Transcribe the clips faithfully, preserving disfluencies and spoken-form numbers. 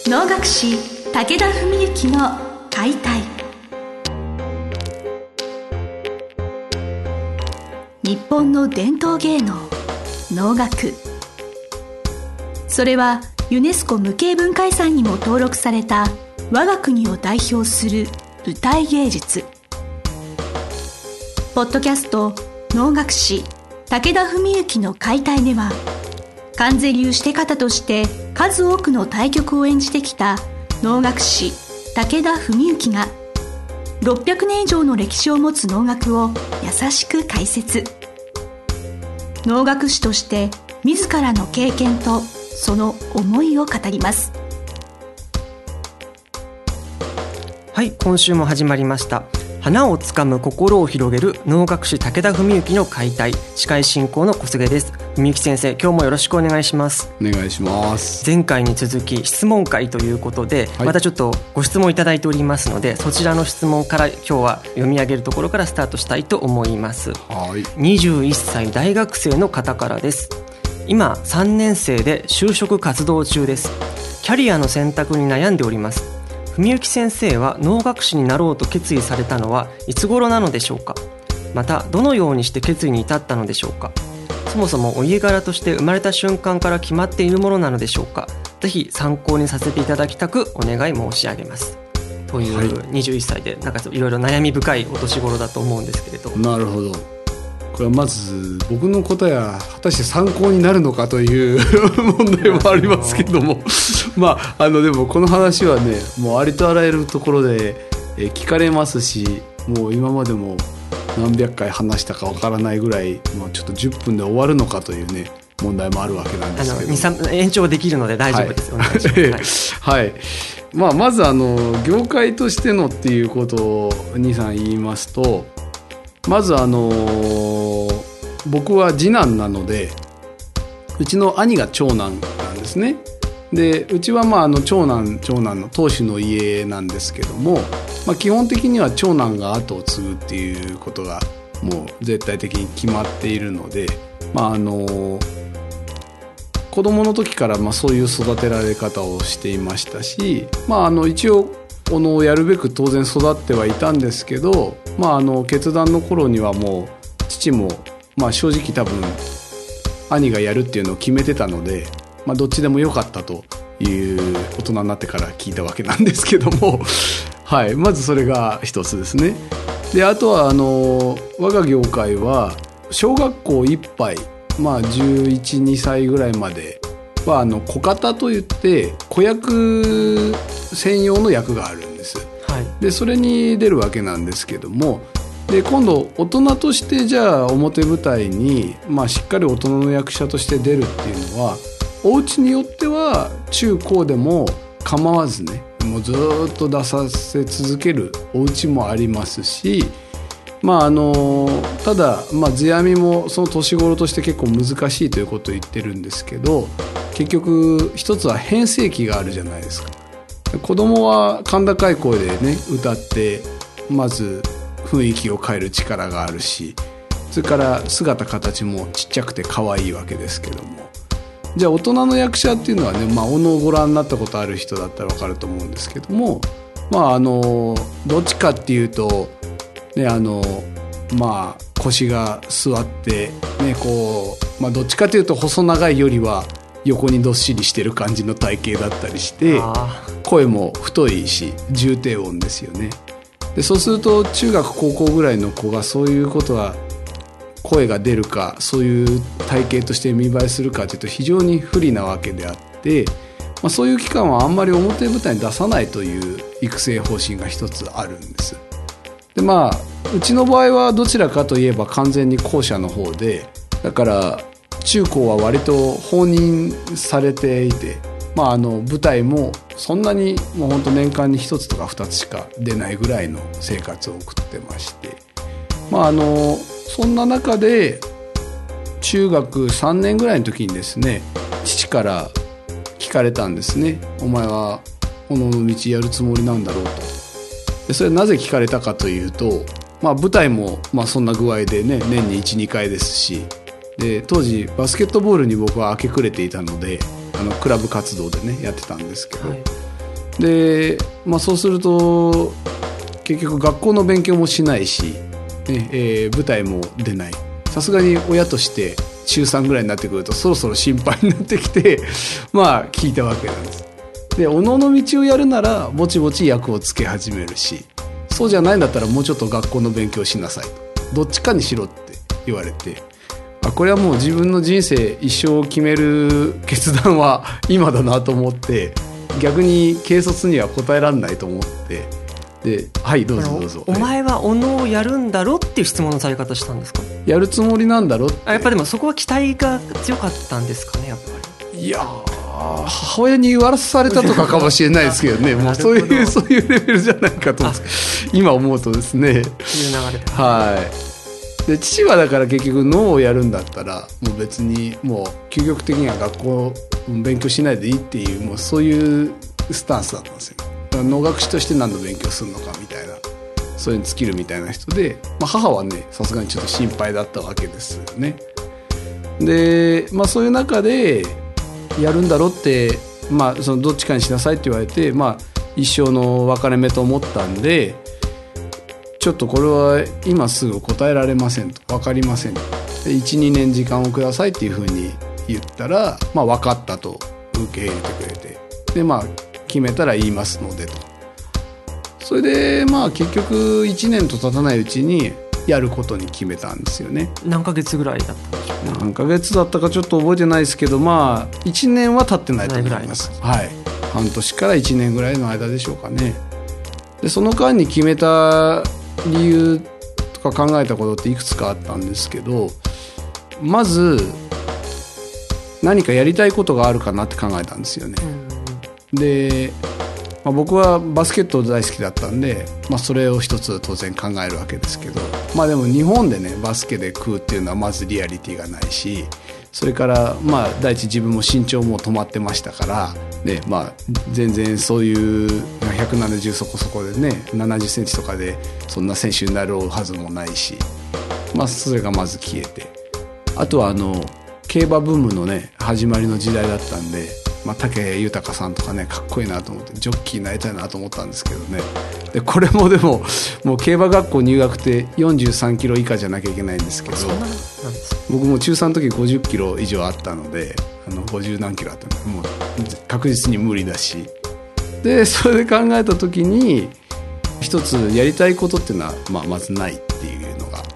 能楽師武田文幸の解体。日本の伝統芸能能楽、それはユネスコ無形文化遺産にも登録された我が国を代表する舞台芸術。ポッドキャスト能楽師武田文幸の解体では、観世流して方として数多くの大曲を演じてきた能楽師武田文幸がろっぴゃくねん以上の歴史を持つ能楽を優しく解説。能楽師として自らの経験とその思いを語ります。 はい、今週も始まりました。花をつかむ心を広げる能楽師武田文幸の解体、司会進行の小菅です。文幸先生、今日もよろしくお願いします。 お願いします。 前回に続き質問会ということで、はい、またちょっとご質問いただいておりますので、そちらの質問から今日は読み上げるところからスタートしたいと思います。 はい、 にじゅういっさい大学生の方からです。今さんねん生で就職活動中です。キャリアの選択に悩んでおります。文幸先生は能楽師になろうと決意されたのはいつ頃なのでしょうか。またどのようにして決意に至ったのでしょうか。そもそもお家柄として生まれた瞬間から決まっているものなのでしょうか。ぜひ参考にさせていただきたくお願い申し上げます、というにじゅういっさいで、なんかいろいろ悩み深いお年頃だと思うんですけれど。 なるほど。これはまず僕の答えは果たして参考になるのかという問題もありますけどもまあ、あのでもこの話はね、もうありとあらゆるところで聞かれますし、もう今までも何百回話したかわからないぐらい、もうちょっとじゅっぷんで終わるのかというね問題もあるわけなんですけど、 あのにさん延長できるので大丈夫ですよ、 はい、はい。まあ、まずあの業界としてのっていうことをにさん言いますと、まずあのー、僕は次男なので、うちの兄が長男なんですね。でうちはまああの長男長男の当主の家なんですけども、まあ、基本的には長男が後を継ぐっていうことがもう絶対的に決まっているので、まああのー、子供の時からまあそういう育てられ方をしていましたし、まあ、あの一応このやるべく当然育ってはいたんですけど、まあ、あの決断の頃にはもう父もまあ正直多分兄がやるっていうのを決めてたので、まあ、どっちでもよかったという大人になってから聞いたわけなんですけどもはい、まずそれが一つですね。であとはあの我が業界は小学校いっぱい、まあ、じゅういち、にさいぐらいまではあの子方といって子役専用の役があるんです、はい、でそれに出るわけなんですけども、で今度大人としてじゃあ表舞台に、まあ、しっかり大人の役者として出るっていうのは、お家によっては中高でも構わずね、もうずっと出させ続けるお家もありますし、まああのただ、まあ、世阿弥もその年頃として結構難しいということを言ってるんですけど、結局一つは変声期があるじゃないですか。子供は甲高い声でね歌ってまず雰囲気を変える力があるし、それから姿形もちっちゃくて可愛いわけですけども、じゃあ大人の役者っていうのはね、まあ、お能をご覧になったことある人だったら分かると思うんですけども、まああのどっちかっていうとね、あのまあ腰が座ってね、こう、まあ、どっちかというと細長いよりは横にどっしりしてる感じの体型だったりして、声も太いし重低音ですよね。でそうすると中学高校ぐらいの子がそういうことは声が出るか、そういう体型として見栄えするかというと非常に不利なわけであって、まあ、そういう期間はあんまり表舞台に出さないという育成方針が一つあるんです。でまあうちの場合はどちらかといえば完全に後者の方で、だから中高は割と放任されていて、まあ、あの舞台もそんなにもう本当年間に一つとか二つしか出ないぐらいの生活を送ってまして、まあ、あのそんな中で中学さんねんぐらいの時にですね、父から聞かれたんですね。お前はお能の道やるつもりなんだろうと。でそれはなぜ聞かれたかというと、まあ、舞台もまあそんな具合でね年にいち、にかいですし、で当時バスケットボールに僕は明け暮れていたので、あのクラブ活動でねやってたんですけど、はい、 で、まあ、そうすると結局学校の勉強もしないし、ねえー、舞台も出ない。さすがに親として中さんぐらいになってくるとそろそろ心配になってきてまあ聞いたわけなんです。で、おのの道をやるならぼちぼち役をつけ始めるし、そうじゃないんだったらもうちょっと学校の勉強しなさいと、どっちかにしろって言われて、あ、これはもう自分の人生一生を決める決断は今だなと思って、逆に軽率には答えられないと思って、で、はいどうぞどうぞ、 お前はおのをやるんだろっていう質問のされ方したんですか？ やるつもりなんだろって。 あ、やっぱでもそこは期待が強かったんですかね、やっぱり。 いや母親に言わされたとかかもしれないですけどねもうそういうそういうレベルじゃないかと今思うとですね、いう流れで、はい。で、父はだから結局脳をやるんだったらもう別にもう究極的には学校勉強しないでいいっていう、もうそういうスタンスだったんですよ。だから能楽師として何の勉強するのかみたいな、そういうに尽きるみたいな人で、まあ、母はねさすがにちょっと心配だったわけですよね。で、まあ、そういう中でやるんだろうって、まあ、そのどっちかにしなさいって言われて、まあ、一生の分かれ目と思ったんで、ちょっとこれは今すぐ答えられませんと、分かりませんと、いちにねん時間をくださいっていうふうに言ったら、まあ、分かったと受け入れてくれて、で、まあ、決めたら言いますのでと。それでまあ結局いちねんと経たないうちにやることに決めたんですよね。 何ヶ月ぐらいだったんでしょうか？ 何ヶ月だったかちょっと覚えてないですけど、まあいちねんは経ってないと思います。はい、半年からいちねんぐらいの間でしょうかね。で、その間に決めた理由とか考えたことっていくつかあったんですけど、まず何かやりたいことがあるかなって考えたんですよね。うん、で、まあ、僕はバスケット大好きだったんで、まあ、それを一つ当然考えるわけですけど、まあでも日本でねバスケで食うっていうのはまずリアリティがないし、それからまあ第一自分も身長も止まってましたから、ね、まあ全然そういうひゃくななじゅうそこそこでねななじゅっセンチとかでそんな選手になるはずもないし、まあそれがまず消えて、あとはあの競馬ブームのね始まりの時代だったんで、まあ、武豊さんとかねかっこいいなと思ってジョッキーになりたいなと思ったんですけどね。でこれもでももう競馬学校入学ってよんじゅうさんキロ以下じゃなきゃいけないんですけど、僕も中さんの時ごじゅっキロ以上あったので、あのごじゅう何キロあったのでもう確実に無理だし、でそれで考えた時に一つやりたいことっていうのは、まあ、まずないっていうのがあって、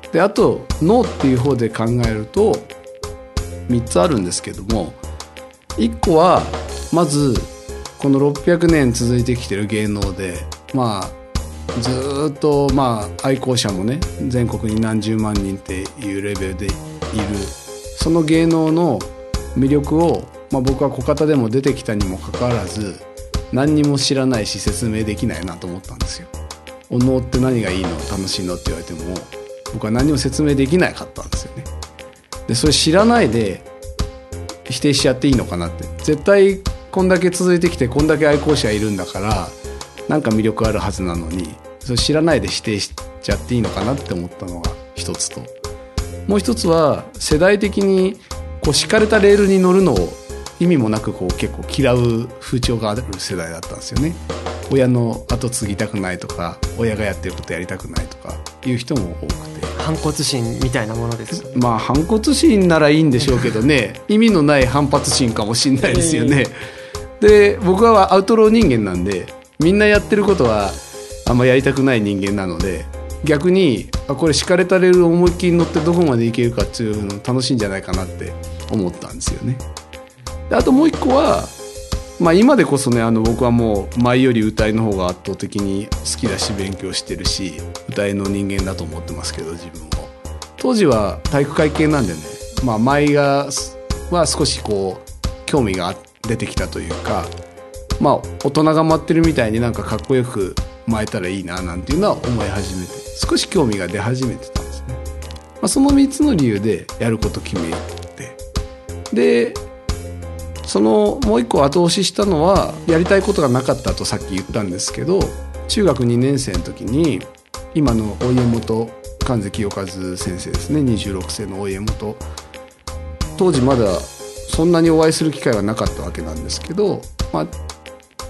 であと脳っていう方で考えるとみっつあるんですけども、いっこはまずこのろっぴゃくねん続いてきてる芸能で、まあずっとまあ愛好者もね全国に何十万人っていうレベルでいる、その芸能の魅力を、まあ、僕は小方でも出てきたにもかかわらず何にも知らないし説明できないなと思ったんですよ。お能って何がいいの楽しいのって言われても僕は何も説明できなかったんですよね。でそれ知らないで否定しちゃっていいのかなって、絶対こんだけ続いてきてこんだけ愛好者いるんだからなんか魅力あるはずなのに、それ知らないで否定しちゃっていいのかなって思ったのが一つと、もう一つは世代的にこう敷かれたレールに乗るのを意味もなくこう結構嫌う風潮がある世代だったんですよね。親の後継ぎたくないとか親がやってることやりたくないとかいう人も多くて、 反骨心みたいなものですかね。 まあ反骨心ならいいんでしょうけどね意味のない反発心かもしれないですよね。で僕はアウトロー人間なんで、みんなやってることはあんまやりたくない人間なので、逆にあこれ敷かれたレールを思いっきり乗ってどこまでいけるかっていうの楽しいんじゃないかなって思ったんですよね。であともう一個は、まあ、今でこそねあの僕はもう舞より歌いの方が圧倒的に好きだし勉強してるし歌いの人間だと思ってますけど、自分を当時は体育会系なんでね、まあ、舞がは少しこう興味が出てきたというか、まあ大人が舞ってるみたいになんかかっこよく舞えたらいいななんていうのは思い始めて、少し興味が出始めてたんですね。まあ、そのみっつの理由でやること決めて、でそのもう一個後押ししたのはやりたいことがなかったとさっき言ったんですけど、中学にねん生の時に今の大家元神関清和先生ですね、にじゅうろく世の大家元、当時まだそんなにお会いする機会はなかったわけなんですけど、まあ、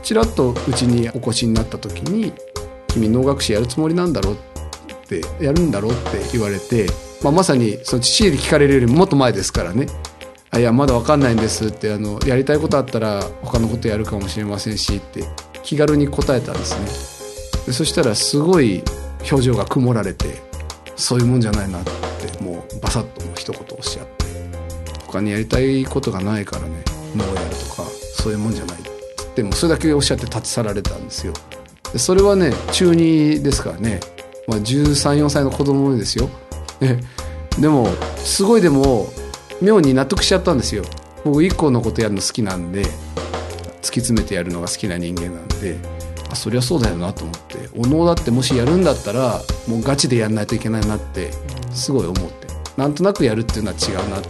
ちらっとうちにお越しになった時に、君能楽師やるつもりなんだろうってやるんだろうって言われて、まあ、まさにその父に聞かれるよりももっと前ですからね。あいやまだ分かんないんですって、あのやりたいことあったら他のことやるかもしれませんしって気軽に答えたんですね。でそしたらすごい表情が曇られて、そういうもんじゃないなってもうバサッともう一言おっしゃって、他にやりたいことがないからね能をやるとかそういうもんじゃないってもうそれだけおっしゃって立ち去られたんですよ。でそれはね中にですからね、まあ、じゅうさん、よんさいの子供ですよ、ね、でもすごいでも妙に納得しちゃったんですよ。僕一個のことやるの好きなんで、突き詰めてやるのが好きな人間なんで、あそりゃそうだよなと思って、お能だってもしやるんだったらもうガチでやんないといけないなってすごい思って、なんとなくやるっていうのは違うなって、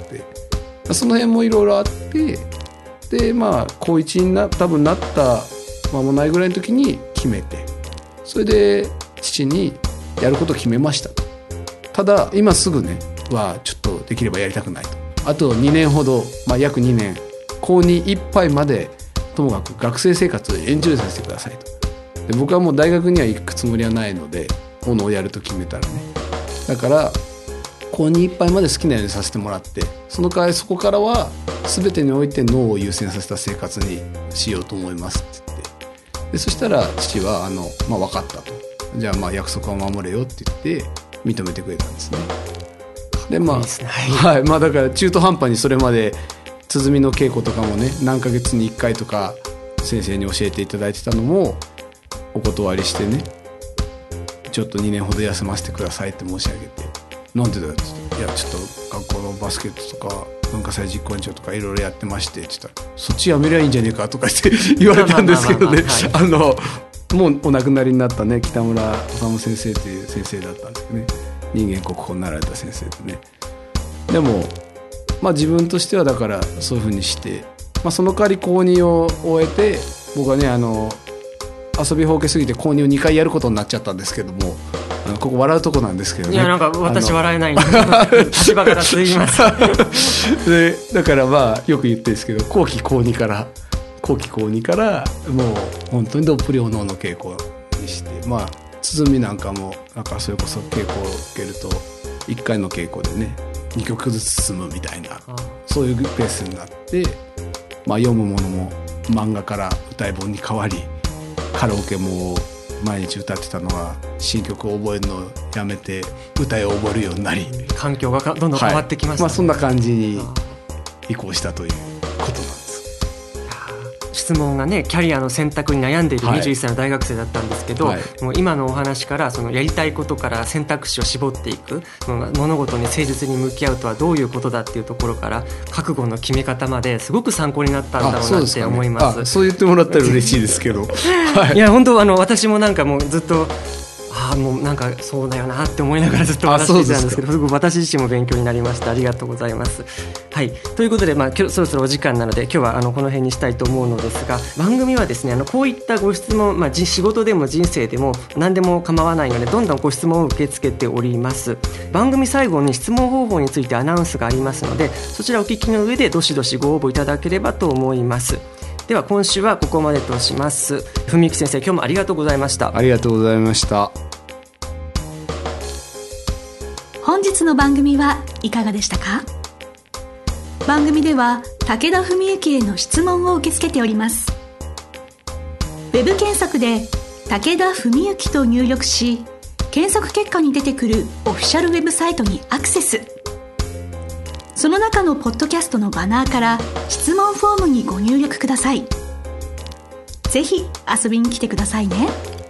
その辺もいろいろあって、でまあ高いちにな多分なった間もないぐらいの時に決めて、それで父にやることを決めましたと。ただ今すぐねはちょっとできればやりたくないと。あとにねんほど、まあ、約にねん高にいっぱいまでともかく学生生活をエンジョイさせてくださいと。で僕はもう大学には行くつもりはないので、お能をやると決めたらね、だから高にいっぱいまで好きなようにさせてもらって、その代わりそこからは全てにおいて脳を優先させた生活にしようと思いますって言って、でそしたら父はあの、まあ、分かったと、じゃあまあ約束を守れよって言って認めてくれたんですね。でまあ、いいですね、はい、まあだから中途半端にそれまで鼓の稽古とかもね何ヶ月にいっかいとか先生に教えていただいてたのもお断りしてね、ちょっとにねんほど休ませてくださいって申し上げて、なんでだよって言って、いやちょっと学校のバスケットとか文化祭実行委員長とかいろいろやってましてって言ったら、そっちやめりゃいいんじゃねえかとかって言われたんですけどね、あのもうお亡くなりになったね北村修先生っていう先生だったんですけどね、人間国宝になられた先生でね。でもまあ自分としてはだからそういうふうにして、まあ、その代わり高にを終えて、僕はねあの遊びほうけすぎて高にをにかいやることになっちゃったんですけども、あのここ笑うとこなんですけどね。いやなんか私笑えないんで立場から続きますでだからまあよく言ってるんですけど、後期高にから後期高にからもう本当にどっぷりお能の稽古にして、まあ鼓なんかもなんかそれこそ稽古を受けるといっかいの稽古でねにきょくずつ進むみたいな、そういうペースになって、まあ、読むものも漫画から歌い本に変わり、カラオケも毎日歌ってたのが新曲を覚えるのをやめて歌いを覚えるようになり、 環境がどんどん変わってきましたね、 はい、まあ、そんな感じに移行したということなんです。 質問がねキャリアの選択に悩んでいるにじゅういっさいの大学生だったんですけど、はい、もう今のお話からそのやりたいことから選択肢を絞っていく、物事に誠実に向き合うとはどういうことだっていうところから覚悟の決め方まですごく参考になったんだろうなって思います。 そうですかね。あ、そう言ってもらったら嬉しいですけど、 はい、いや本当あの私もなんかもうずっとああもうなんかそうだよなって思いながらずっと話していたんですけど、すごく私自身も勉強になりました。ありがとうございます。はい、ということで、まあ、今日そろそろお時間なので今日はあのこの辺にしたいと思うのですが、番組はですねあのこういったご質問、まあ、仕事でも人生でも何でも構わないのでどんどんご質問を受け付けております。番組最後に質問方法についてアナウンスがありますので、そちらをお聞きの上でどしどしご応募いただければと思います。では今週はここまでとします。文幸先生、今日もありがとうございました。 ありがとうございました。 本日の番組はいかがでしたか？番組では武田文幸への質問を受け付けております。ウェブ検索で武田文幸と入力し、検索結果に出てくるオフィシャルウェブサイトにアクセス。その中のポッドキャストのバナーから質問フォームにご入力ください。ぜひ遊びに来てくださいね。